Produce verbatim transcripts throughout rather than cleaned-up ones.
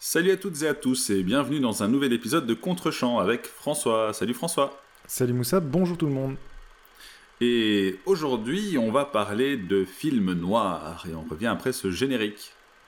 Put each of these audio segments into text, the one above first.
Salut à toutes et à tous et bienvenue dans un nouvel épisode de Contre-champ avec François. Salut François. Salut Moussa, bonjour tout le monde. Et aujourd'hui, on va parler de films noirs et on revient après ce générique.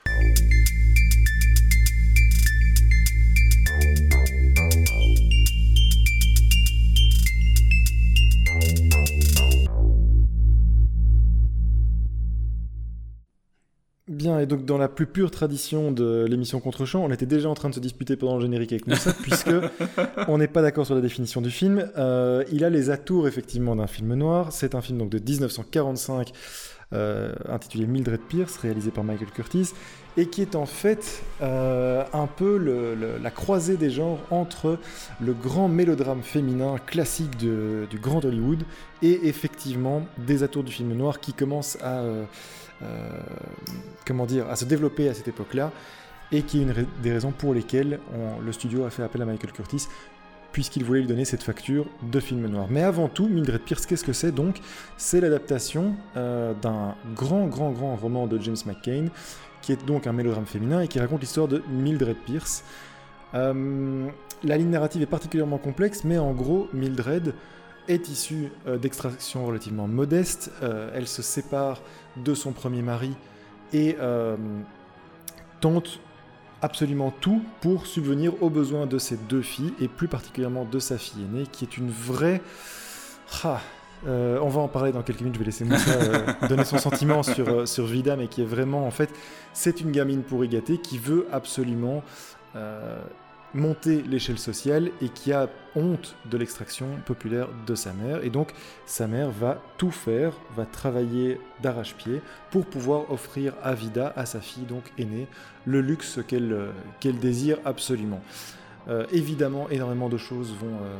Bien, et donc dans la plus pure tradition de l'émission Contre-champ, on était déjà en train de se disputer pendant le générique avec Moussa, puisque on n'est pas d'accord sur la définition du film. Euh, il a les atours effectivement d'un film noir. C'est un film donc de dix-neuf cent quarante-cinq, euh, intitulé Mildred Pierce, réalisé par Michael Curtiz, et qui est en fait euh, un peu le, le, la croisée des genres entre le grand mélodrame féminin classique de, du grand Hollywood et effectivement des atours du film noir qui commencent à... Euh, Euh, comment dire, à se développer à cette époque-là, et qui est une ra- des raisons pour lesquelles on, le studio a fait appel à Michael Curtiz, puisqu'il voulait lui donner cette facture de film noir. Mais avant tout, Mildred Pierce, qu'est-ce que c'est donc ? C'est l'adaptation euh, d'un grand, grand, grand roman de James McCain, qui est donc un mélodrame féminin et qui raconte l'histoire de Mildred Pierce. Euh, la ligne narrative est particulièrement complexe, mais en gros, Mildred est issue euh, d'extraction relativement modeste. Euh, elle se sépare de son premier mari et euh, tente absolument tout pour subvenir aux besoins de ses deux filles, et plus particulièrement de sa fille aînée, qui est une vraie... Ah, euh, on va en parler dans quelques minutes, je vais laisser Moussa euh, donner son sentiment sur, euh, sur Vida, mais qui est vraiment, en fait, c'est une gamine pourri gâtée qui veut absolument... Euh, monter l'échelle sociale et qui a honte de l'extraction populaire de sa mère. Et donc, sa mère va tout faire, va travailler d'arrache-pied pour pouvoir offrir à Vida, à sa fille donc aînée, le luxe qu'elle, euh, qu'elle désire absolument. Euh, évidemment, énormément de choses vont... Euh,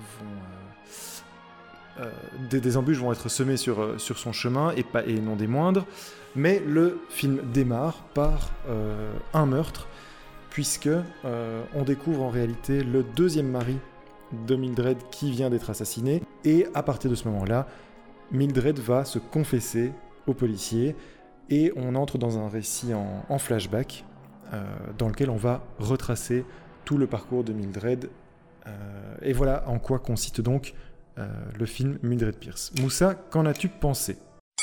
vont euh, euh, des, des embûches vont être semées sur, euh, sur son chemin, et, pas, et non des moindres, mais le film démarre par euh, un meurtre, puisque euh, on découvre en réalité le deuxième mari de Mildred qui vient d'être assassiné, et à partir de ce moment-là, Mildred va se confesser aux policiers, et on entre dans un récit en, en flashback, euh, dans lequel on va retracer tout le parcours de Mildred, euh, et voilà en quoi consiste donc euh, le film Mildred Pierce. Moussa, qu'en as-tu pensé ?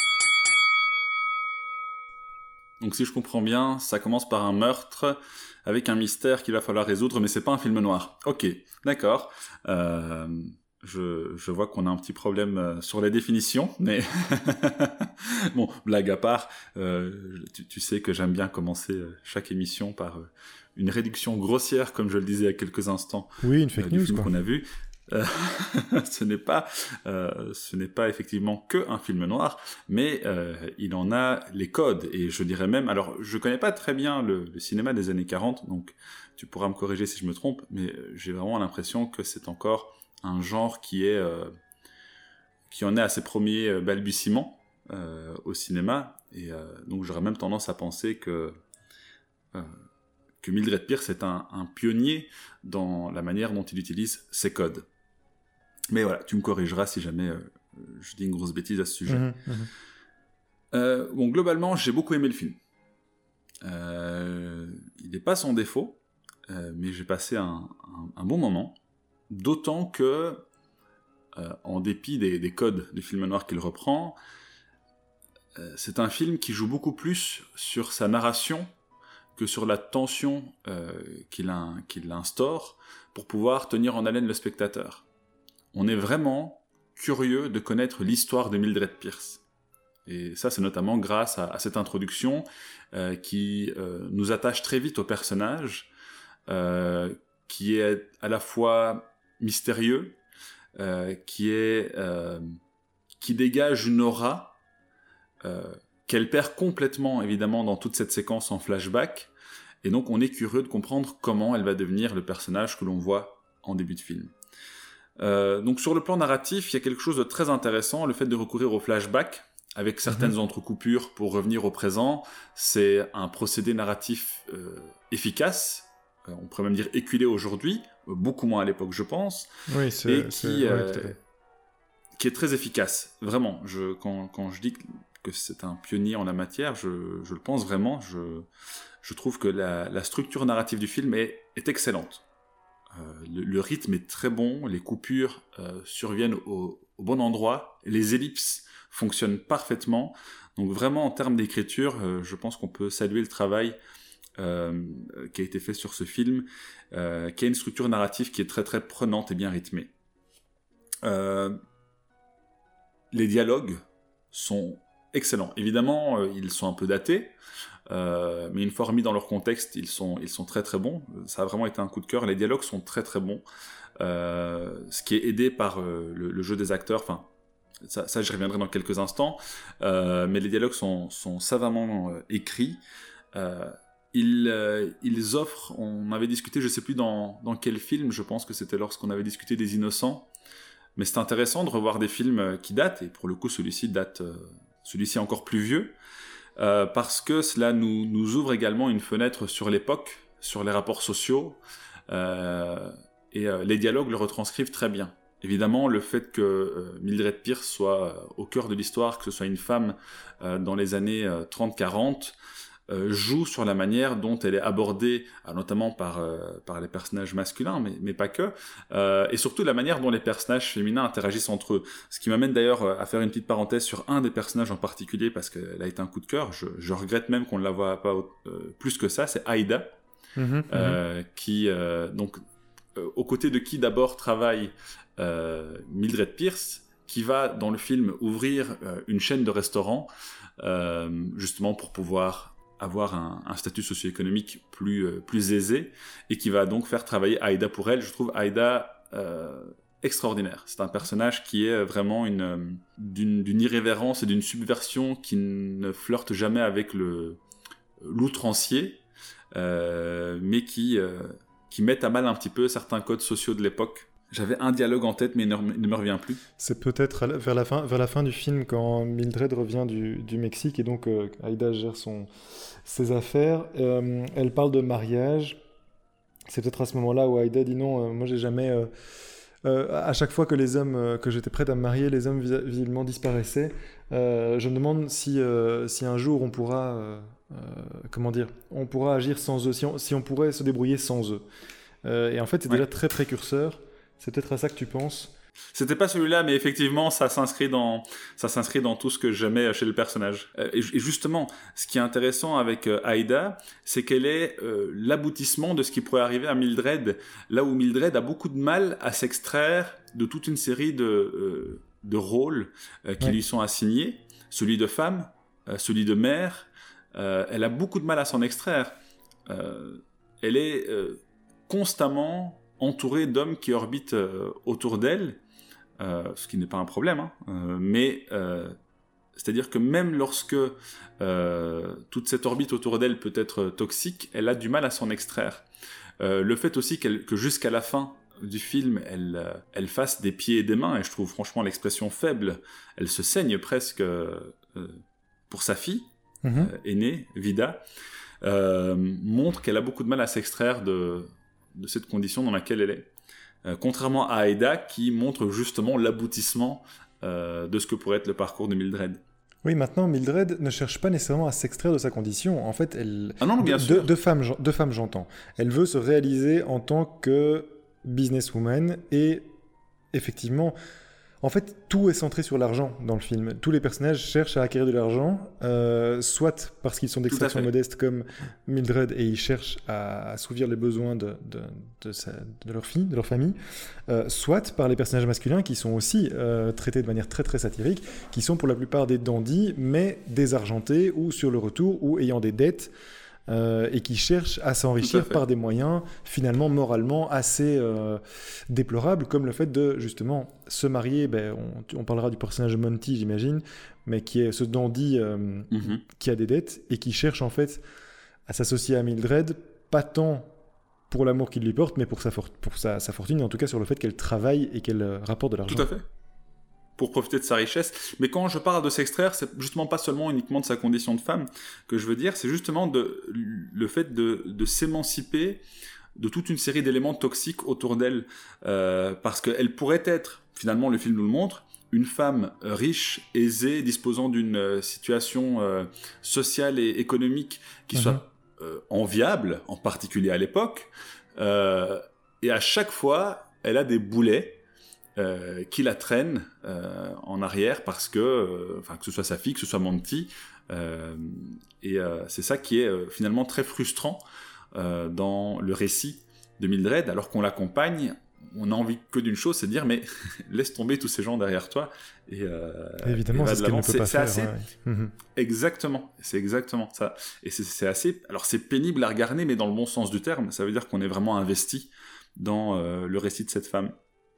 Donc si je comprends bien, ça commence par un meurtre avec un mystère qu'il va falloir résoudre, mais c'est pas un film noir. Ok, d'accord. Euh, je, je vois qu'on a un petit problème sur les définitions, mais bon, blague à part, euh, tu, tu sais que j'aime bien commencer chaque émission par une réduction grossière, comme je le disais il y a quelques instants. Oui, une fake euh, news, du film quoi. qu'on a vu. Euh, ce n'est pas, euh, ce n'est pas effectivement que un film noir, mais euh, il en a les codes, et je dirais même, alors je connais pas très bien le, le cinéma des années quarante, donc tu pourras me corriger si je me trompe, mais j'ai vraiment l'impression que c'est encore un genre qui est, euh, qui en est à ses premiers balbutiements euh, au cinéma, et euh, donc j'aurais même tendance à penser que euh, que Mildred Pierce est un, un pionnier dans la manière dont il utilise ses codes. Mais voilà, tu me corrigeras si jamais euh, je dis une grosse bêtise à ce sujet. Mmh, mmh. Euh, bon, globalement, j'ai beaucoup aimé le film. Euh, il n'est pas sans défaut, euh, mais j'ai passé un, un, un bon moment, d'autant que, euh, en dépit des, des codes du film noir qu'il reprend, euh, c'est un film qui joue beaucoup plus sur sa narration que sur la tension euh, qu'il, a, qu'il instaure pour pouvoir tenir en haleine le spectateur. On est vraiment curieux de connaître l'histoire de Mildred Pierce. Et ça, c'est notamment grâce à, à cette introduction euh, qui euh, nous attache très vite au personnage, euh, qui est à la fois mystérieux, euh, qui, est, euh, qui dégage une aura euh, qu'elle perd complètement, évidemment, dans toute cette séquence en flashback. Et donc, on est curieux de comprendre comment elle va devenir le personnage que l'on voit en début de film. Euh, donc sur le plan narratif, il y a quelque chose de très intéressant, le fait de recourir au flashback avec certaines mmh. entrecoupures pour revenir au présent. C'est un procédé narratif euh, efficace, euh, on pourrait même dire éculé aujourd'hui, euh, beaucoup moins à l'époque je pense, oui, c'est, et qui, c'est... euh, ouais, qui est très efficace, vraiment. Je, quand, quand je dis que c'est un pionnier en la matière, je, je le pense vraiment. Je, je trouve que la, la structure narrative du film est, est excellente. Euh, le, le rythme est très bon, les coupures euh, surviennent au, au bon endroit, les ellipses fonctionnent parfaitement. Donc vraiment, en termes d'écriture, euh, je pense qu'on peut saluer le travail euh, qui a été fait sur ce film, euh, qui a une structure narrative qui est très très prenante et bien rythmée. Euh, les dialogues sont excellents. Évidemment, euh, ils sont un peu datés, euh, mais une fois remis dans leur contexte, ils sont, ils sont très très bons. Ça a vraiment été un coup de cœur. Les dialogues sont très très bons, euh, ce qui est aidé par euh, le, le jeu des acteurs. Enfin, ça, ça je reviendrai dans quelques instants, euh, mais les dialogues sont, sont savamment euh, écrits. Euh, ils, euh, ils offrent, on avait discuté, je ne sais plus dans, dans quel film, je pense que c'était lorsqu'on avait discuté des Innocents, mais c'est intéressant de revoir des films qui datent, et pour le coup celui-ci date, euh, celui-ci est encore plus vieux, euh, parce que cela nous, nous ouvre également une fenêtre sur l'époque, sur les rapports sociaux, euh, et euh, les dialogues le retranscrivent très bien. Évidemment, le fait que euh, Mildred Pierce soit euh, au cœur de l'histoire, que ce soit une femme euh, dans les années euh, trente quarante, euh, joue sur la manière dont elle est abordée, euh, notamment par, euh, par les personnages masculins, mais, mais pas que, euh, et surtout la manière dont les personnages féminins interagissent entre eux. Ce qui m'amène d'ailleurs à faire une petite parenthèse sur un des personnages en particulier, parce qu'elle a été un coup de cœur. Je, je regrette même qu'on ne la voit pas euh, plus que ça, c'est Aïda, mmh, euh, mmh. qui, euh, donc, euh, aux côtés de qui d'abord travaille Euh, Mildred Pierce, qui va dans le film ouvrir euh, une chaîne de restaurants euh, justement pour pouvoir avoir un, un statut socio-économique plus, euh, plus aisé, et qui va donc faire travailler Aïda pour elle. Je trouve Aïda euh, extraordinaire. C'est un personnage qui est vraiment une, d'une, d'une irrévérence et d'une subversion qui ne flirte jamais avec le, l'outrancier, euh, mais qui, euh, qui met à mal un petit peu certains codes sociaux de l'époque. J'avais un dialogue en tête, mais il ne, il ne me revient plus. C'est peut-être vers la fin, vers la fin du film, quand Mildred revient du, du Mexique, et donc euh, Aïda gère son, ses affaires. Euh, elle parle de mariage. C'est peut-être à ce moment-là où Aïda dit non, euh, moi j'ai jamais... Euh, euh, à chaque fois que les hommes, euh, que j'étais prête à me marier, les hommes vis- visiblement disparaissaient. Euh, je me demande si, euh, si un jour on pourra... Euh, euh, comment dire, on pourra agir sans eux, si on, si on pourrait se débrouiller sans eux. Euh, et en fait, c'est ouais. déjà très précurseur. C'est peut-être à ça que tu penses. C'était pas celui-là, mais effectivement, ça s'inscrit dans, ça s'inscrit dans tout ce que j'aimais chez le personnage. Euh, et, et justement, ce qui est intéressant avec euh, Aïda, c'est qu'elle est euh, l'aboutissement de ce qui pourrait arriver à Mildred, là où Mildred a beaucoup de mal à s'extraire de toute une série de, euh, de rôles euh, qui ouais. lui sont assignés, celui de femme, euh, celui de mère. Euh, elle a beaucoup de mal à s'en extraire. Euh, elle est euh, constamment entourée d'hommes qui orbitent euh, autour d'elle, euh, ce qui n'est pas un problème, hein, euh, mais euh, c'est-à-dire que même lorsque euh, toute cette orbite autour d'elle peut être toxique, elle a du mal à s'en extraire. Euh, le fait aussi qu'elle, que jusqu'à la fin du film, elle, euh, elle fasse des pieds et des mains, et je trouve franchement l'expression faible, elle se saigne presque euh, pour sa fille, mmh. euh, aînée, Vida, euh, montre qu'elle a beaucoup de mal à s'extraire de... de cette condition dans laquelle elle est. Euh, contrairement à Aïda, qui montre justement l'aboutissement euh, de ce que pourrait être le parcours de Mildred. Oui, maintenant, Mildred ne cherche pas nécessairement à s'extraire de sa condition. En fait, elle... Ah non, bien de, sûr. De, de femmes, de femmes, j'entends. Elle veut se réaliser en tant que businesswoman, et effectivement... En fait, tout est centré sur l'argent dans le film. Tous les personnages cherchent à acquérir de l'argent, euh, soit parce qu'ils sont d'extraction modeste comme Mildred et ils cherchent à assouvir les besoins de, de, de, sa, de leur fille, de leur famille, euh, soit par les personnages masculins qui sont aussi euh, traités de manière très très satirique, qui sont pour la plupart des dandys, mais désargentés ou sur le retour ou ayant des dettes. Euh, et qui cherchent à s'enrichir par des moyens finalement moralement assez euh, déplorables, comme le fait de justement se marier. Ben, on, on parlera du personnage de Monty, j'imagine, mais qui est ce dandy euh, mm-hmm. qui a des dettes et qui cherche en fait à s'associer à Mildred, pas tant pour l'amour qu'il lui porte, mais pour sa, for- pour sa, sa fortune, et en tout cas sur le fait qu'elle travaille et qu'elle euh, rapporte de l'argent. Tout à fait. Pour profiter de sa richesse. Mais quand je parle de s'extraire, c'est justement pas seulement uniquement de sa condition de femme que je veux dire, c'est justement de, le fait de, de s'émanciper de toute une série d'éléments toxiques autour d'elle, euh, parce qu'elle pourrait être, finalement le film nous le montre, une femme riche, aisée, disposant d'une euh, situation euh, sociale et économique qui mm-hmm. soit euh, enviable, en particulier à l'époque. Euh, et à chaque fois, elle a des boulets euh, qui la traînent euh, en arrière parce que, euh, enfin, que ce soit sa fille, que ce soit Monty. Euh, et euh, c'est ça qui est euh, finalement très frustrant euh, dans le récit de Mildred, alors qu'on l'accompagne. On n'a envie que d'une chose, c'est de dire mais laisse tomber tous ces gens derrière toi et euh, évidemment et c'est ce qu'elle ne peut c'est, pas c'est faire assez... ouais. mm-hmm. exactement c'est exactement ça et c'est, c'est assez alors c'est pénible à regarder mais dans le bon sens du terme, ça veut dire qu'on est vraiment investi dans euh, le récit de cette femme.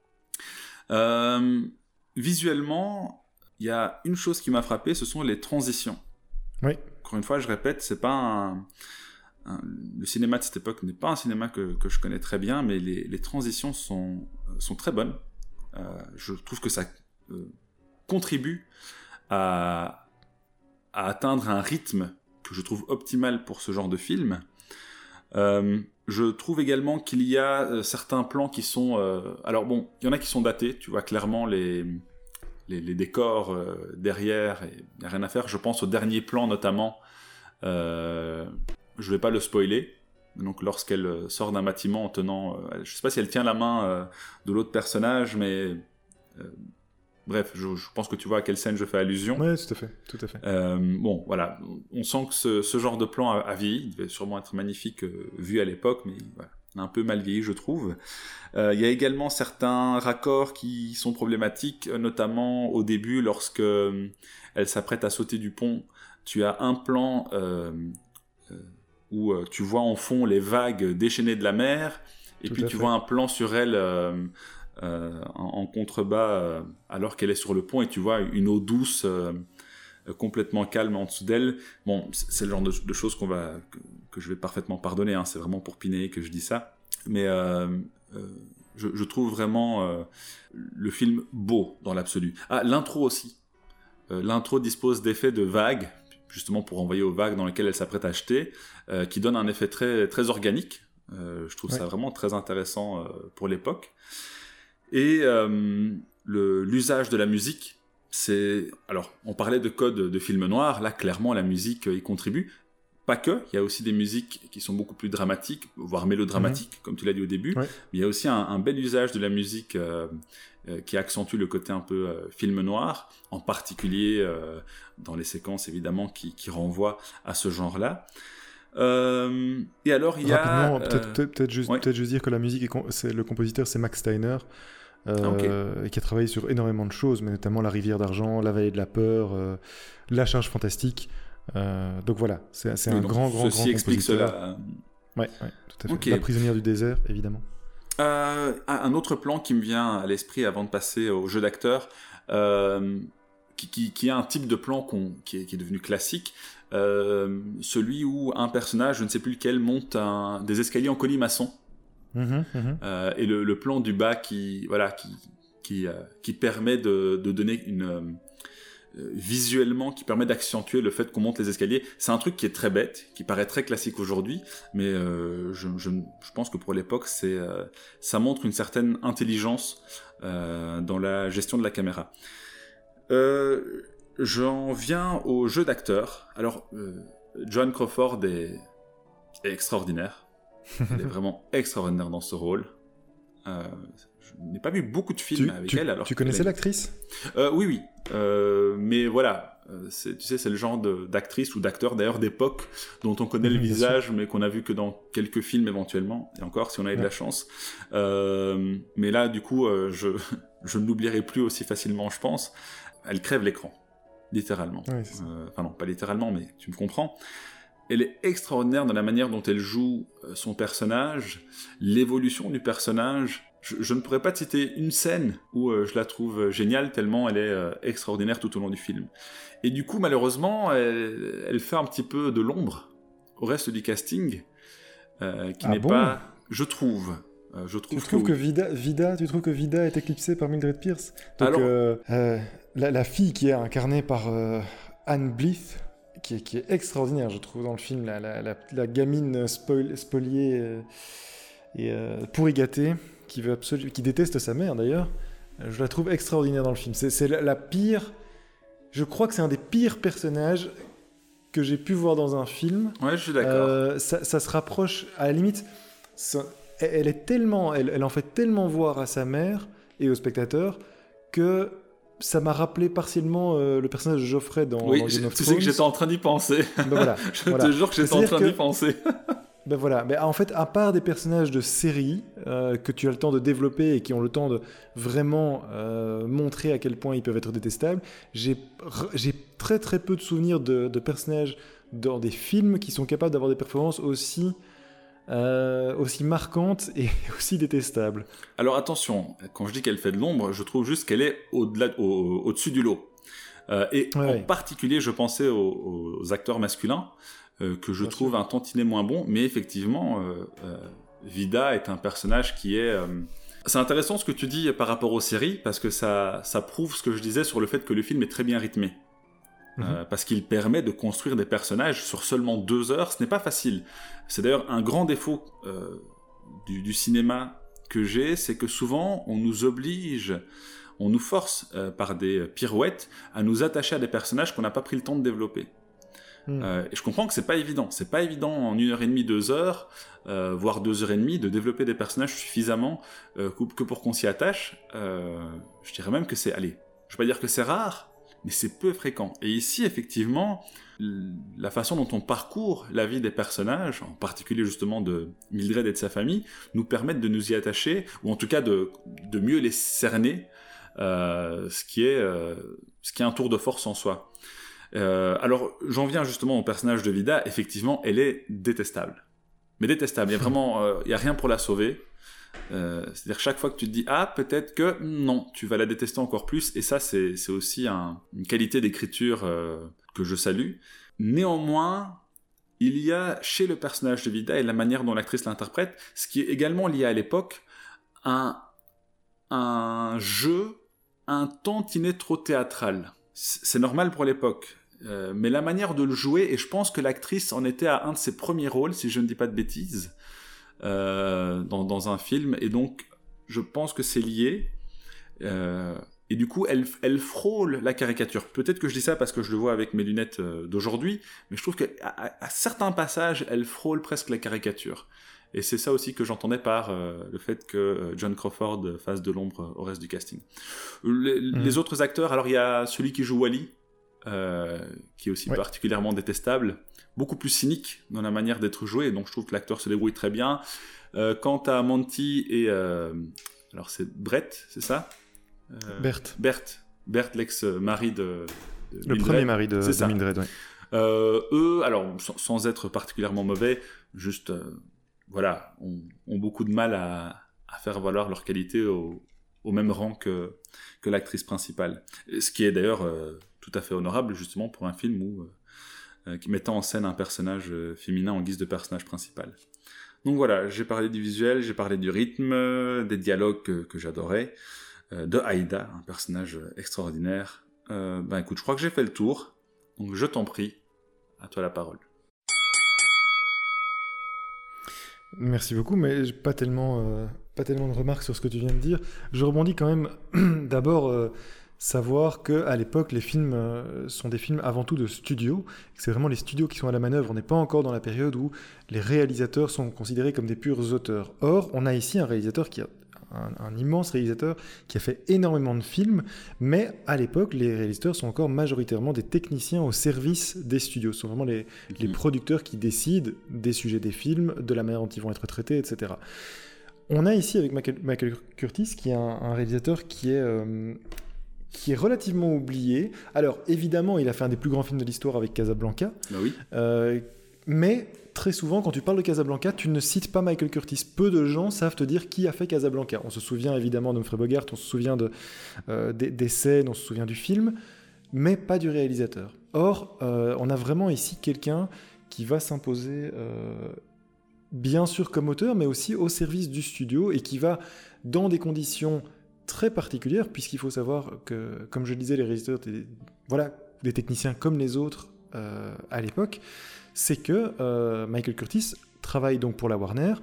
Euh, visuellement il y a une chose qui m'a frappé, ce sont les transitions. Oui. Encore une fois je répète, c'est pas un Un, le cinéma de cette époque n'est pas un cinéma que, que je connais très bien, mais les, les transitions sont, sont très bonnes. Euh, je trouve que ça euh, contribue à, à atteindre un rythme que je trouve optimal pour ce genre de film. Euh, je trouve également qu'il y a euh, certains plans qui sont... Euh, alors bon, il y en a qui sont datés, tu vois clairement les, les, les décors euh, derrière, il n'y a rien à faire. Je pense au dernier plan notamment... Euh, je ne vais pas le spoiler, donc lorsqu'elle sort d'un bâtiment en tenant, euh, je ne sais pas si elle tient la main euh, de l'autre personnage, mais euh, bref, je, je pense que tu vois à quelle scène je fais allusion. Oui, tout à fait, tout à fait. Euh, bon, voilà, on sent que ce, ce genre de plan a, a vieilli, il devait sûrement être magnifique euh, vu à l'époque, mais voilà, il a un peu mal vieilli, je trouve. Euh, il y a également certains raccords qui sont problématiques, notamment au début, lorsque euh, elle s'apprête à sauter du pont, tu as un plan... Euh, euh, où euh, tu vois en fond les vagues déchaînées de la mer, et Tout puis tu fait. vois un plan sur elle euh, euh, en, en contrebas euh, alors qu'elle est sur le pont, et tu vois une eau douce euh, complètement calme en dessous d'elle. Bon, c'est le genre de, de choses qu'on va, que, que je vais parfaitement pardonner, hein, c'est vraiment pour pinailler que je dis ça, mais euh, euh, je, je trouve vraiment euh, le film beau dans l'absolu. Ah, l'intro aussi. Euh, l'intro dispose d'effets de vagues, justement pour envoyer aux vagues dans lesquelles elle s'apprête à jeter, euh, qui donne un effet très, très organique. Euh, je trouve ouais. ça vraiment très intéressant euh, pour l'époque. Et euh, le, l'usage de la musique, c'est... Alors, on parlait de code de film noir, là, clairement, la musique y contribue. Pas que, il y a aussi des musiques qui sont beaucoup plus dramatiques, voire mélodramatiques, mmh. comme tu l'as dit au début. Ouais. Mais il y a aussi un, un bel usage de la musique euh, euh, qui accentue le côté un peu euh, film noir, en particulier euh, dans les séquences, évidemment, qui, qui renvoient à ce genre-là. Euh, et alors, il y Rapidement, a... peut-être, euh... peut-être, peut-être, juste, ouais. peut-être juste dire que la musique, est com- c'est, le compositeur, c'est Max Steiner, euh, ah, okay. et qui a travaillé sur énormément de choses, mais notamment La Rivière d'Argent, La Vallée de la Peur, euh, La Charge Fantastique. Euh, donc voilà, c'est, c'est oui, un grand, grand, grand explique compositeur. Cela. Ouais, ouais, tout à fait. Okay. La Prisonnière du désert, évidemment. Euh, un autre plan qui me vient à l'esprit avant de passer au jeu d'acteur, euh, qui, qui, qui est un type de plan qu'on, qui, est, qui est devenu classique, euh, celui où un personnage, je ne sais plus lequel, monte un, des escaliers en colimaçon. Mmh, mmh. Euh, et le, le plan du bas qui, voilà, qui, qui, euh, qui permet de, de donner une... Euh, visuellement, qui permet d'accentuer le fait qu'on monte les escaliers. C'est un truc qui est très bête, qui paraît très classique aujourd'hui, mais euh, je, je, je pense que pour l'époque, c'est, euh, ça montre une certaine intelligence euh, dans la gestion de la caméra. Euh, j'en viens au jeu d'acteur. Alors, euh, Joan Crawford est, est extraordinaire. Elle est vraiment extraordinaire dans ce rôle. Euh, je n'ai pas vu beaucoup de films tu, avec tu, elle. Alors tu connaissais elle... l'actrice ? euh, Oui, oui. Euh, mais voilà, c'est, tu sais, c'est le genre de, d'actrice ou d'acteur d'ailleurs d'époque dont on connaît mmh, le visage, mais qu'on a vu que dans quelques films éventuellement, et encore si on a eu ouais. de la chance. Euh, mais là, du coup, euh, je, je ne l'oublierai plus aussi facilement, je pense. Elle crève l'écran, littéralement. Ouais, euh, enfin non, pas littéralement, mais tu me comprends. Elle est extraordinaire dans la manière dont elle joue son personnage, l'évolution du personnage. Je, je ne pourrais pas te citer une scène où euh, je la trouve géniale, tellement elle est euh, extraordinaire tout au long du film. Et du coup, malheureusement, elle, elle fait un petit peu de l'ombre au reste du casting, euh, qui ah n'est bon pas... Je trouve... Euh, je trouve tu, trouves que, que oui. Vida, Vida, tu trouves que Vida est éclipsée par Mildred Pierce ? Donc, Alors... euh, euh, la, la fille qui est incarnée par euh, Anne Blyth, qui est, qui est extraordinaire, je trouve, dans le film, la, la, la, la gamine spoil, spoliée euh, et euh, pourri gâtée, qui, veut absolu- qui déteste sa mère, d'ailleurs, Je la trouve extraordinaire dans le film. C'est, c'est la, la pire... Je crois que c'est un des pires personnages que j'ai pu voir dans un film. Ouais, je suis d'accord. Euh, ça, ça se rapproche, à la limite, ça, elle est tellement, elle, elle en fait tellement voir à sa mère et aux spectateurs que ça m'a rappelé partiellement euh, le personnage de Geoffrey dans, oui, dans Game of tu Thrones. sais que j'étais en train d'y penser. Ben voilà, je voilà. te jure que j'étais en train que, d'y penser. Ben voilà, mais en fait, à part des personnages de série euh, que tu as le temps de développer et qui ont le temps de vraiment euh, montrer à quel point ils peuvent être détestables, j'ai, j'ai très très peu de souvenirs de, de personnages dans des films qui sont capables d'avoir des performances aussi, euh, aussi marquantes et aussi détestables. Alors attention, quand je dis qu'elle fait de l'ombre, je trouve juste qu'elle est au-delà, au, au-dessus du lot. Euh, et ouais, en ouais. particulier, je pensais aux, aux acteurs masculins. Euh, que je Bien trouve sûr. un tantinet moins bon, mais effectivement, euh, euh, Vida est un personnage qui est... Euh... C'est intéressant ce que tu dis par rapport aux séries, parce que ça, ça prouve ce que je disais sur le fait que le film est très bien rythmé. Mm-hmm. Euh, parce qu'il permet de construire des personnages sur seulement deux heures, ce n'est pas facile. C'est d'ailleurs un grand défaut euh, du, du cinéma que j'ai, c'est que souvent on nous oblige, on nous force euh, par des pirouettes à nous attacher à des personnages qu'on n'a pas pris le temps de développer. Mmh. Euh, et je comprends que c'est pas évident. C'est pas évident en une heure et demie, deux heures, euh, voire deux heures et demie, de développer des personnages suffisamment euh, que pour qu'on s'y attache. Euh, je dirais même que c'est, allez, je vais pas dire que c'est rare, mais c'est peu fréquent. Et ici, effectivement, la façon dont on parcourt la vie des personnages, en particulier justement de Mildred et de sa famille, nous permettent de nous y attacher, ou en tout cas de, de mieux les cerner, euh, ce qui est, euh, ce qui est un tour de force en soi. Euh, alors, j'en viens justement au personnage de Vida. Effectivement, elle est détestable. Mais détestable. Il y a vraiment, euh, il y a rien pour la sauver. Euh, c'est-à-dire chaque fois que tu te dis ah peut-être que non, tu vas la détester encore plus. Et ça, c'est, c'est aussi un, une qualité d'écriture euh, que je salue. Néanmoins, il y a chez le personnage de Vida et la manière dont l'actrice l'interprète, ce qui est également lié à l'époque, un un jeu un tantinet trop théâtral. C'est normal pour l'époque. Euh, mais la manière de le jouer, et je pense que l'actrice en était à un de ses premiers rôles, si je ne dis pas de bêtises, euh, dans, dans un film, et donc je pense que c'est lié, euh, et du coup elle, elle frôle la caricature. Peut-être que je dis ça parce que je le vois avec mes lunettes euh, d'aujourd'hui, mais je trouve qu'à à, à certains passages, elle frôle presque la caricature. Et c'est ça aussi que j'entendais par euh, le fait que John Crawford fasse de l'ombre au reste du casting. Les, mmh. les autres acteurs, alors il y a celui qui joue Wally, Euh, qui est aussi ouais. particulièrement détestable, beaucoup plus cynique dans la manière d'être joué, donc je trouve que l'acteur se débrouille très bien. Euh, quant à Monty et... Euh, alors c'est Brett, c'est ça euh, Bert. Bert. Bert, l'ex-mari de, de Le Mildred. premier mari de, de Mildred, oui. Euh, eux, alors sans, sans être particulièrement mauvais, juste, euh, voilà, ont, ont beaucoup de mal à, à faire valoir leur qualité au, au même rang que, que l'actrice principale. Ce qui est d'ailleurs... Euh, tout à fait honorable justement pour un film où, euh, qui mettant en scène un personnage euh, féminin en guise de personnage principal. Donc voilà, j'ai parlé du visuel, j'ai parlé du rythme, euh, des dialogues que, que j'adorais, euh, de Aïda, un personnage extraordinaire. Euh, ben écoute, je crois que j'ai fait le tour, donc je t'en prie, à toi la parole. Merci beaucoup, mais pas tellement, euh, pas tellement de remarques sur ce que tu viens de dire. Je rebondis quand même d'abord... Euh, savoir qu'à l'époque, les films euh, sont des films avant tout de studio, que c'est vraiment les studios qui sont à la manœuvre. On n'est pas encore dans la période où les réalisateurs sont considérés comme des purs auteurs. Or, on a ici un réalisateur qui a un, un immense réalisateur qui a fait énormément de films, mais à l'époque, les réalisateurs sont encore majoritairement des techniciens au service des studios. Ce sont vraiment les, mmh. les producteurs qui décident des sujets des films, de la manière dont ils vont être traités, et cetera. On a ici avec Michael, Michael Curtiz, qui est un, un réalisateur qui est... Euh, qui est relativement oublié. Alors, évidemment, il a fait un des plus grands films de l'histoire avec Casablanca. Bah oui. Euh, mais très souvent, quand tu parles de Casablanca, tu ne cites pas Michael Curtiz. Peu de gens savent te dire qui a fait Casablanca. On se souvient évidemment d'Humphrey Bogart, on se souvient de, euh, des, des scènes, on se souvient du film, mais pas du réalisateur. Or, euh, on a vraiment ici quelqu'un qui va s'imposer, euh, bien sûr comme auteur, mais aussi au service du studio, et qui va, dans des conditions très particulière, puisqu'il faut savoir que, comme je le disais, les réalisateurs étaient voilà, des techniciens comme les autres euh, à l'époque, c'est que euh, Michael Curtiz travaille donc pour la Warner,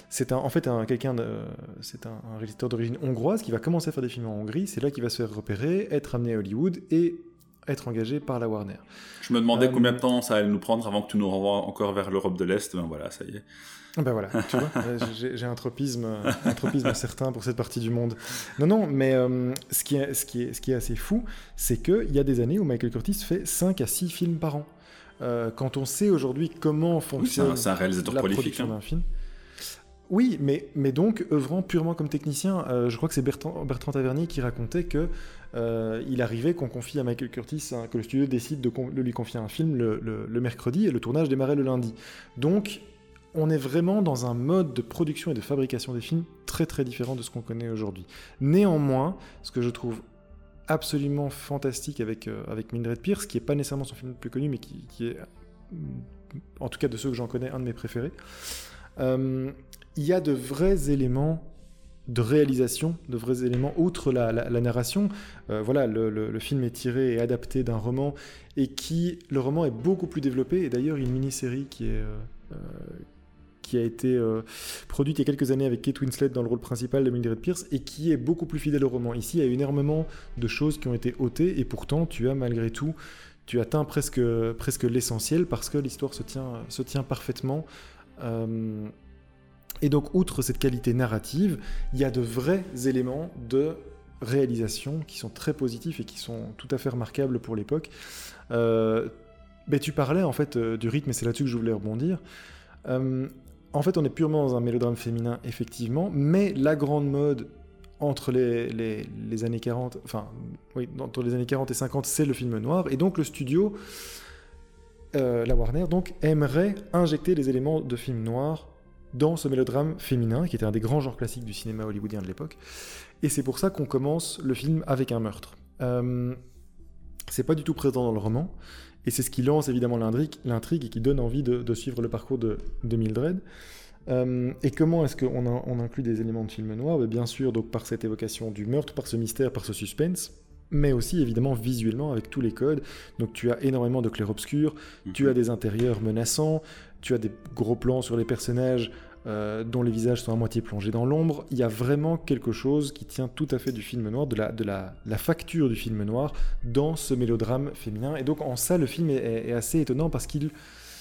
C'est un, en fait un, quelqu'un de, c'est un, un réalisateur d'origine hongroise qui va commencer à faire des films en Hongrie. C'est là qu'il va se faire repérer, être amené à Hollywood et être engagé par la Warner. Je me demandais euh, combien de temps ça allait nous prendre avant que tu nous renvoies encore vers l'Europe de l'Est. Ben voilà, ça y est. Ben voilà, tu vois, j'ai, j'ai un tropisme, un tropisme certain pour cette partie du monde. Non, non, mais euh, ce, qui est, ce, qui est, ce qui est assez fou, c'est qu'il y a des années où Michael Curtis fait cinq à six films par an. Euh, quand on sait aujourd'hui comment fonctionne oui, c'est un, c'est un réalisateur la prolifique, production hein. d'un film. Oui, mais, mais donc œuvrant purement comme technicien. Euh, je crois que c'est Bertrand, Bertrand Tavernier qui racontait que euh, il arrivait qu'on confie à Michael Curtis, hein, que le studio décide de, de lui confier un film le, le, le mercredi et le tournage démarrait le lundi. Donc on est vraiment dans un mode de production et de fabrication des films très très différent de ce qu'on connaît aujourd'hui. Néanmoins, ce que je trouve absolument fantastique avec, euh, avec Mildred Pierce, qui n'est pas nécessairement son film le plus connu, mais qui, qui est, en tout cas de ceux que j'en connais, un de mes préférés, euh, il y a de vrais éléments de réalisation, de vrais éléments outre la, la, la narration. Euh, voilà, le, le, le film est tiré et adapté d'un roman, et qui, le roman est beaucoup plus développé, et d'ailleurs une mini-série qui est... Euh, euh, qui a été euh, produite il y a quelques années avec Kate Winslet dans le rôle principal de Mildred Pierce et qui est beaucoup plus fidèle au roman. Ici, il y a énormément de choses qui ont été ôtées et pourtant, tu as malgré tout, tu atteins presque, presque l'essentiel parce que l'histoire se tient, se tient parfaitement. Euh, et donc, outre cette qualité narrative, il y a de vrais éléments de réalisation qui sont très positifs et qui sont tout à fait remarquables pour l'époque. Euh, ben, tu parlais en fait euh, du rythme et c'est là-dessus que je voulais rebondir. Euh, En fait, on est purement dans un mélodrame féminin, effectivement, mais la grande mode entre les, les, les années quarante, enfin, oui, entre les années quarante et cinquante, c'est le film noir, et donc le studio, euh, la Warner, donc, aimerait injecter les éléments de film noir dans ce mélodrame féminin, qui était un des grands genres classiques du cinéma hollywoodien de l'époque, et c'est pour ça qu'on commence le film avec un meurtre. Euh, c'est pas du tout présent dans le roman, et c'est ce qui lance évidemment l'intrigue, l'intrigue et qui donne envie de, de suivre le parcours de, de Mildred. Euh, et comment est-ce qu'on a, on inclut des éléments de film noir ? Bien sûr, donc par cette évocation du meurtre, par ce mystère, par ce suspense, mais aussi évidemment visuellement avec tous les codes. Donc tu as énormément de clair-obscur, mmh. tu as des intérieurs menaçants, tu as des gros plans sur les personnages euh, dont les visages sont à moitié plongés dans l'ombre. Il y a vraiment quelque chose qui tient tout à fait du film noir, de la, de la, la facture du film noir dans ce mélodrame féminin. Et donc en ça, le film est, est assez étonnant parce qu'il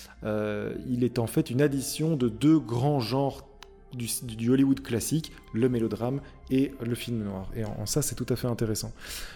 euh, il est en fait une addition de deux grands genres du, du Hollywood classique, le mélodrame et le film noir. Et en, en ça, c'est tout à fait intéressant.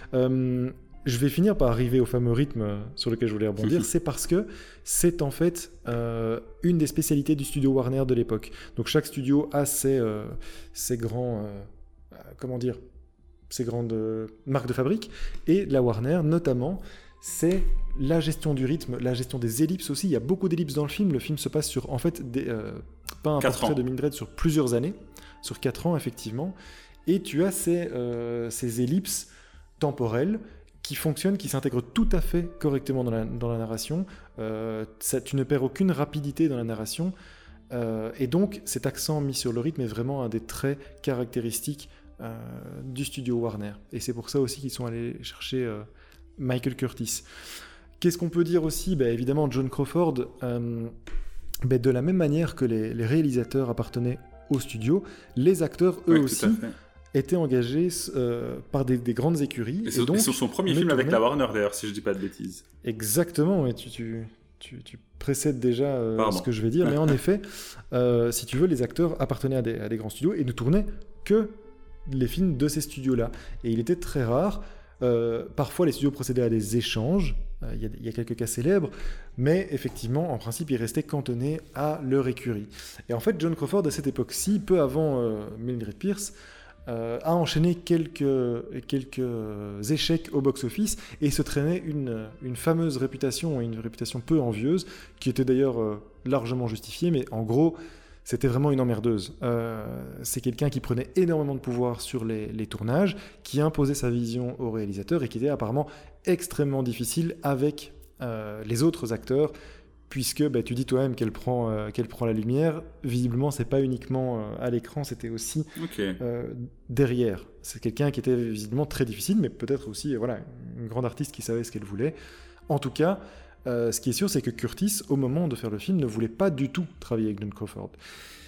Euh, Je vais finir par arriver au fameux rythme sur lequel je voulais rebondir, c'est parce que c'est en fait euh, une des spécialités du studio Warner de l'époque. Donc chaque studio a ses, euh, ses grands, euh, comment dire, ses grandes euh, marques de fabrique, et la Warner notamment, c'est la gestion du rythme, la gestion des ellipses aussi. Il y a beaucoup d'ellipses dans le film. Le film se passe sur, en fait, des, euh, pas un portrait de Mildred sur plusieurs années, sur quatre ans effectivement, et tu as ces, euh, ces ellipses temporelles qui fonctionne, qui s'intègre tout à fait correctement dans la, dans la narration. Euh, ça, tu ne perds aucune rapidité dans la narration. Euh, et donc, cet accent mis sur le rythme est vraiment un des traits caractéristiques euh, du studio Warner. Et c'est pour ça aussi qu'ils sont allés chercher euh, Michael Curtis. Qu'est-ce qu'on peut dire aussi ? Ben, évidemment, John Crawford, euh, ben, de la même manière que les, les réalisateurs appartenaient au studio, les acteurs, eux oui, aussi, étaient engagés euh, par des, des grandes écuries. Et, et donc, c'est son premier film tournait... avec la Warner, d'ailleurs, si je ne dis pas de bêtises. Exactement, et tu, tu, tu, tu précèdes déjà euh, ce que je vais dire. Mais en effet, euh, si tu veux, les acteurs appartenaient à des, à des grands studios et ne tournaient que les films de ces studios-là. Et il était très rare. Euh, parfois, les studios procédaient à des échanges. Il euh, y, y a quelques cas célèbres, mais effectivement, en principe, ils restaient cantonnés à leur écurie. Et en fait, John Crawford, à cette époque-ci, peu avant euh, Mildred Pierce, Euh, a enchaîné quelques, quelques échecs au box-office et se traînait une, une fameuse réputation, une réputation peu envieuse, qui était d'ailleurs euh, largement justifiée, mais en gros, c'était vraiment une emmerdeuse. Euh, c'est quelqu'un qui prenait énormément de pouvoir sur les, les tournages, qui imposait sa vision aux réalisateurs et qui était apparemment extrêmement difficile avec euh, les autres acteurs, puisque bah, tu dis toi-même qu'elle prend, euh, qu'elle prend la lumière. Visiblement, c'est pas uniquement euh, à l'écran, c'était aussi okay. euh, derrière. C'est quelqu'un qui était visiblement très difficile, mais peut-être aussi euh, voilà, une grande artiste qui savait ce qu'elle voulait. En tout cas, euh, ce qui est sûr, c'est que Curtis, au moment de faire le film, ne voulait pas du tout travailler avec John Crawford.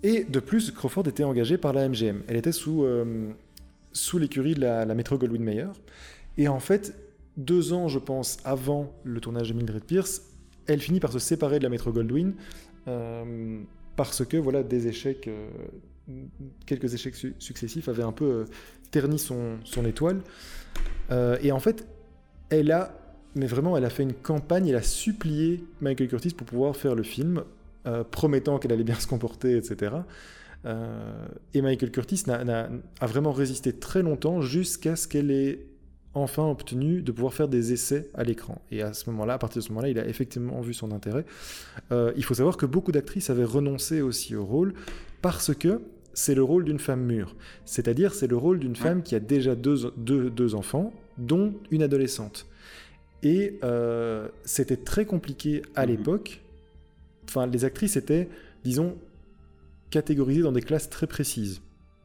Et de plus, Crawford était engagée par la M G M. Elle était sous, euh, sous l'écurie de la, la Metro-Goldwyn-Mayer. Et en fait, deux ans, je pense, avant le tournage de Mildred Pierce, elle finit par se séparer de la Metro-Goldwyn euh, parce que voilà, des échecs, euh, quelques échecs su- successifs avaient un peu euh, terni son, son étoile. Euh, et en fait, elle a, mais vraiment, elle a fait une campagne, elle a supplié Michael Curtiz pour pouvoir faire le film, euh, promettant qu'elle allait bien se comporter, et cetera. Euh, et Michael Curtiz n'a, n'a, a vraiment résisté très longtemps jusqu'à ce qu'elle ait enfin obtenu de pouvoir faire des essais à l'écran. Et à ce moment-là, à partir de ce moment-là, il a effectivement vu son intérêt. Euh, il faut savoir que beaucoup d'actrices avaient renoncé aussi au rôle parce que c'est le rôle d'une femme mûre. C'est-à-dire, c'est le rôle d'une femme qui a déjà deux, deux, deux enfants, dont une adolescente. Et euh, c'était très compliqué à mmh. l'époque. Enfin, les actrices étaient, disons, catégorisées dans des classes très précises.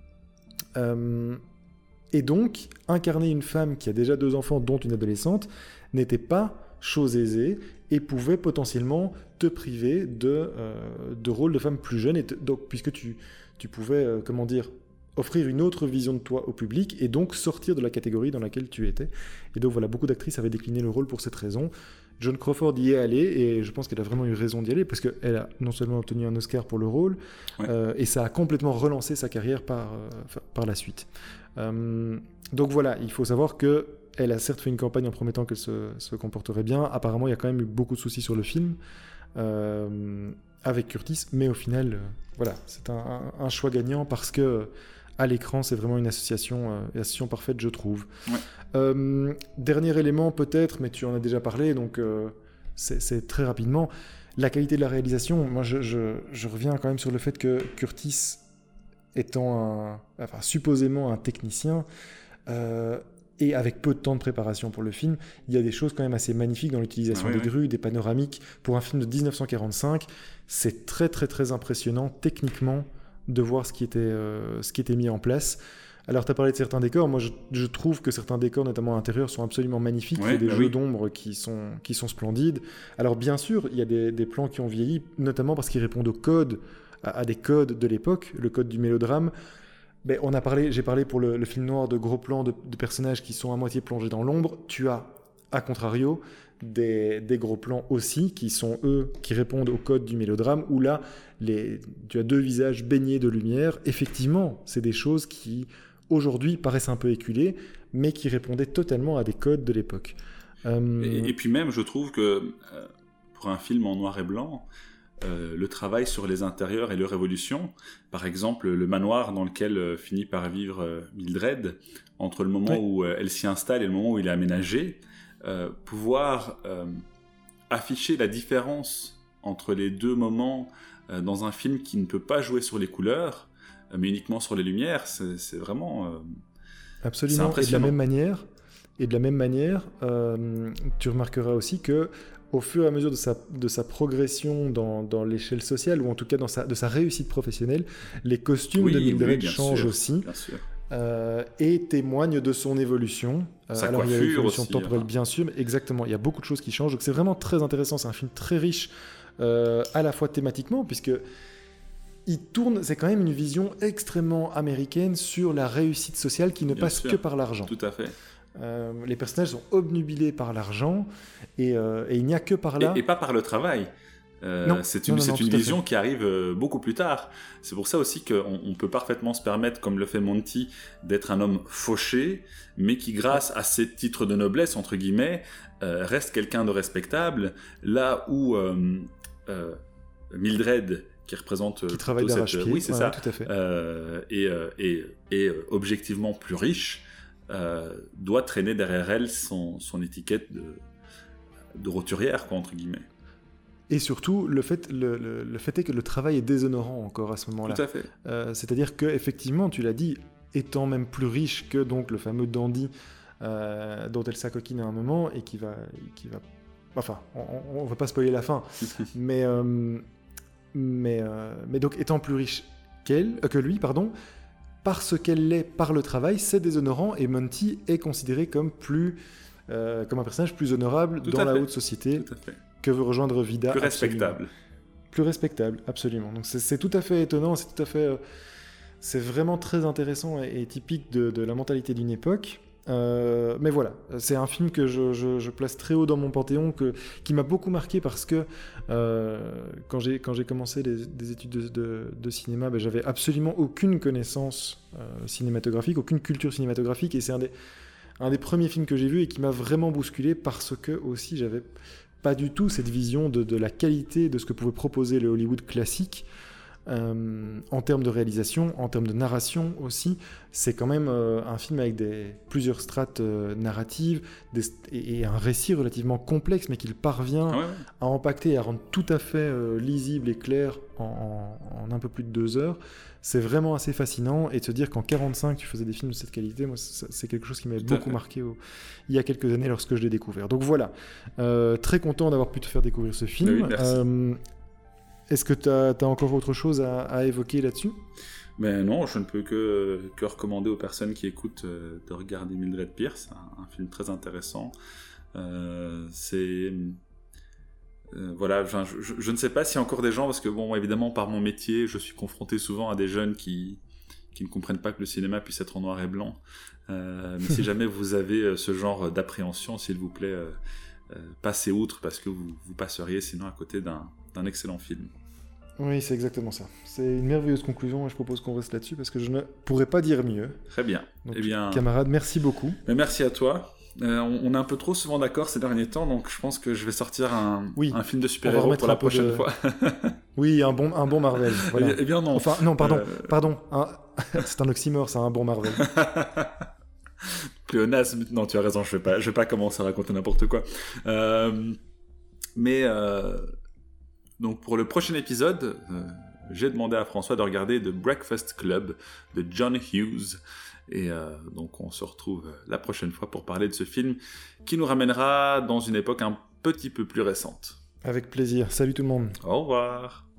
Euh, et donc, incarner une femme qui a déjà deux enfants, dont une adolescente, n'était pas chose aisée et pouvait potentiellement te priver de, euh, de rôle de femme plus jeune. Et te, donc, puisque tu, tu pouvais, euh, comment dire, offrir une autre vision de toi au public et donc sortir de la catégorie dans laquelle tu étais. Et donc voilà, beaucoup d'actrices avaient décliné le rôle pour cette raison. Joan Crawford y est allée et je pense qu'elle a vraiment eu raison d'y aller parce qu'elle a non seulement obtenu un Oscar pour le rôle, ouais. euh, et ça a complètement relancé sa carrière par, euh, par la suite. Euh, donc voilà, il faut savoir qu'elle a certes fait une campagne en promettant qu'elle se, se comporterait bien. Apparemment, il y a quand même eu beaucoup de soucis sur le film euh, avec Curtiz, mais au final, euh, voilà, c'est un, un, un choix gagnant parce que à l'écran, c'est vraiment une association, euh, une association parfaite, je trouve. Ouais. Euh, dernier élément, peut-être, mais tu en as déjà parlé, donc euh, c'est, c'est très rapidement. La qualité de la réalisation, moi, je, je, je reviens quand même sur le fait que Curtiz, étant un, enfin, supposément un technicien, euh, et avec peu de temps de préparation pour le film, il y a des choses quand même assez magnifiques dans l'utilisation ah, oui, des oui. grues, des panoramiques. Pour un film de dix-neuf cent quarante-cinq, c'est très, très, très impressionnant, techniquement, de voir ce qui était, euh, ce qui était mis en place. Alors, tu as parlé de certains décors. Moi, je, je trouve que certains décors, notamment à l'intérieur, sont absolument magnifiques. Ouais, il y a des bah jeux oui. d'ombre qui sont, qui sont splendides. Alors, bien sûr, il y a des, des plans qui ont vieilli, notamment parce qu'ils répondent au code, à, à des codes de l'époque, le code du mélodrame. Ben, on a parlé, j'ai parlé pour le, le film noir de gros plans de, de personnages qui sont à moitié plongés dans l'ombre. Tu as, à contrario, Des, des gros plans aussi, qui sont eux, qui répondent au code du mélodrame, où là, les, tu as deux visages baignés de lumière. Effectivement, c'est des choses qui, aujourd'hui, paraissent un peu éculées, mais qui répondaient totalement à des codes de l'époque. Euh... Et, et puis même, je trouve que, euh, pour un film en noir et blanc, euh, le travail sur les intérieurs et leur évolution, par exemple, le manoir dans lequel euh, finit par vivre euh, Mildred, entre le moment oui. où euh, elle s'y installe et le moment où il est aménagé, Euh, pouvoir euh, afficher la différence entre les deux moments euh, dans un film qui ne peut pas jouer sur les couleurs, euh, mais uniquement sur les lumières, c'est, c'est vraiment euh, absolument. C'est impressionnant. Et de la même manière, et de la même manière euh, tu remarqueras aussi que au fur et à mesure de sa, de sa progression dans, dans l'échelle sociale, ou en tout cas dans sa, de sa réussite professionnelle, les costumes oui, de Mildred oui, changent sûr, aussi. Bien sûr. Euh, et témoigne de son évolution. Sa euh, alors il y a une évolution aussi, temporelle hein. bien sûr, mais exactement, il y a beaucoup de choses qui changent. Donc c'est vraiment très intéressant. C'est un film très riche, euh, à la fois thématiquement, puisque il tourne. C'est quand même une vision extrêmement américaine sur la réussite sociale qui ne bien passe sûr. que par l'argent. Tout à fait. Euh, les personnages sont obnubilés par l'argent et, euh, et il n'y a que par là. Et, et pas par le travail. Euh, non, c'est une, non, non, c'est non, une vision qui arrive euh, beaucoup plus tard. C'est pour ça aussi qu'on on peut parfaitement se permettre, comme le fait Monty, d'être un homme fauché, mais qui, grâce à ses titres de noblesse, entre guillemets, euh, reste quelqu'un de respectable, là où euh, euh, Mildred, qui représente... Qui travaille d'arrache-pied, oui, c'est ouais, ça, tout à fait. Euh, et, euh, et, et euh, objectivement plus riche, euh, doit traîner derrière elle son, son étiquette de, de roturière, quoi, entre guillemets. Et surtout, le fait, le, le, le fait est que le travail est déshonorant encore à ce moment-là. Tout à fait. Euh, c'est-à-dire qu'effectivement, tu l'as dit, étant même plus riche que donc, le fameux dandy euh, dont elle s'acoquine à un moment et qui va... Qui va enfin, on ne va pas spoiler la fin, mais, euh, mais, euh, mais donc étant plus riche qu'elle, euh, que lui, pardon, parce qu'elle l'est par le travail, c'est déshonorant et Monty est considéré comme, plus, euh, comme un personnage plus honorable Tout dans la fait. haute société. Tout à fait. Que veut rejoindre Vida. Plus respectable. plus respectable, absolument. Donc c'est, c'est tout à fait étonnant, c'est tout à fait... Euh, c'est vraiment très intéressant et, et typique de, de la mentalité d'une époque. Euh, mais voilà, c'est un film que je, je, je place très haut dans mon panthéon, que, qui m'a beaucoup marqué parce que euh, quand, j'ai, quand j'ai commencé les, des études de, de, de cinéma, ben, j'avais absolument aucune connaissance euh, cinématographique, aucune culture cinématographique, et c'est un des, un des premiers films que j'ai vu et qui m'a vraiment bousculé parce que aussi j'avais pas du tout cette vision de, de la qualité de ce que pouvait proposer le Hollywood classique. Euh, en termes de réalisation, en termes de narration aussi, c'est quand même euh, un film avec des, plusieurs strates euh, narratives des, et, et un récit relativement complexe, mais qu'il parvient ah ouais. à empaqueter et à rendre tout à fait euh, lisible et clair en, en, en un peu plus de deux heures. C'est vraiment assez fascinant, et de se dire qu'en quarante-cinq tu faisais des films de cette qualité, moi c'est, c'est quelque chose qui m'avait beaucoup marqué au, il y a quelques années lorsque je l'ai découvert. Donc voilà, euh, très content d'avoir pu te faire découvrir ce film. Oui, merci. Euh, Est-ce que tu as encore autre chose à, à évoquer là-dessus ? Ben non, je ne peux que, que recommander aux personnes qui écoutent euh, de regarder Mildred Pierce, un, un film très intéressant. Euh, c'est... Euh, voilà, je, je, je ne sais pas s'il y a encore des gens, parce que bon, évidemment, par mon métier, je suis confronté souvent à des jeunes qui, qui ne comprennent pas que le cinéma puisse être en noir et blanc. Euh, mais si jamais vous avez ce genre d'appréhension, s'il vous plaît, euh, euh, passez outre, parce que vous, vous passeriez sinon à côté d'un un excellent film. Oui, c'est exactement ça. C'est une merveilleuse conclusion et je propose qu'on reste là-dessus parce que je ne pourrais pas dire mieux. Très bien. Donc, eh bien... camarade, merci beaucoup. Mais merci à toi. Euh, on, on est un peu trop souvent d'accord ces derniers temps, donc je pense que je vais sortir un, oui, un film de super-héros pour la prochaine de... fois. Oui, un bon, un bon Marvel. Voilà. Eh bien non. Enfin, non, pardon, euh... pardon. Un... c'est un oxymore, c'est un bon Marvel. Pléonasme. Non, tu as raison, je vais pas, je vais pas commencer à raconter n'importe quoi. Euh... Mais... Euh... Donc pour le prochain épisode, euh, j'ai demandé à François de regarder The Breakfast Club de John Hughes. Et euh, donc on se retrouve la prochaine fois pour parler de ce film qui nous ramènera dans une époque un petit peu plus récente. Avec plaisir. Salut tout le monde. Au revoir.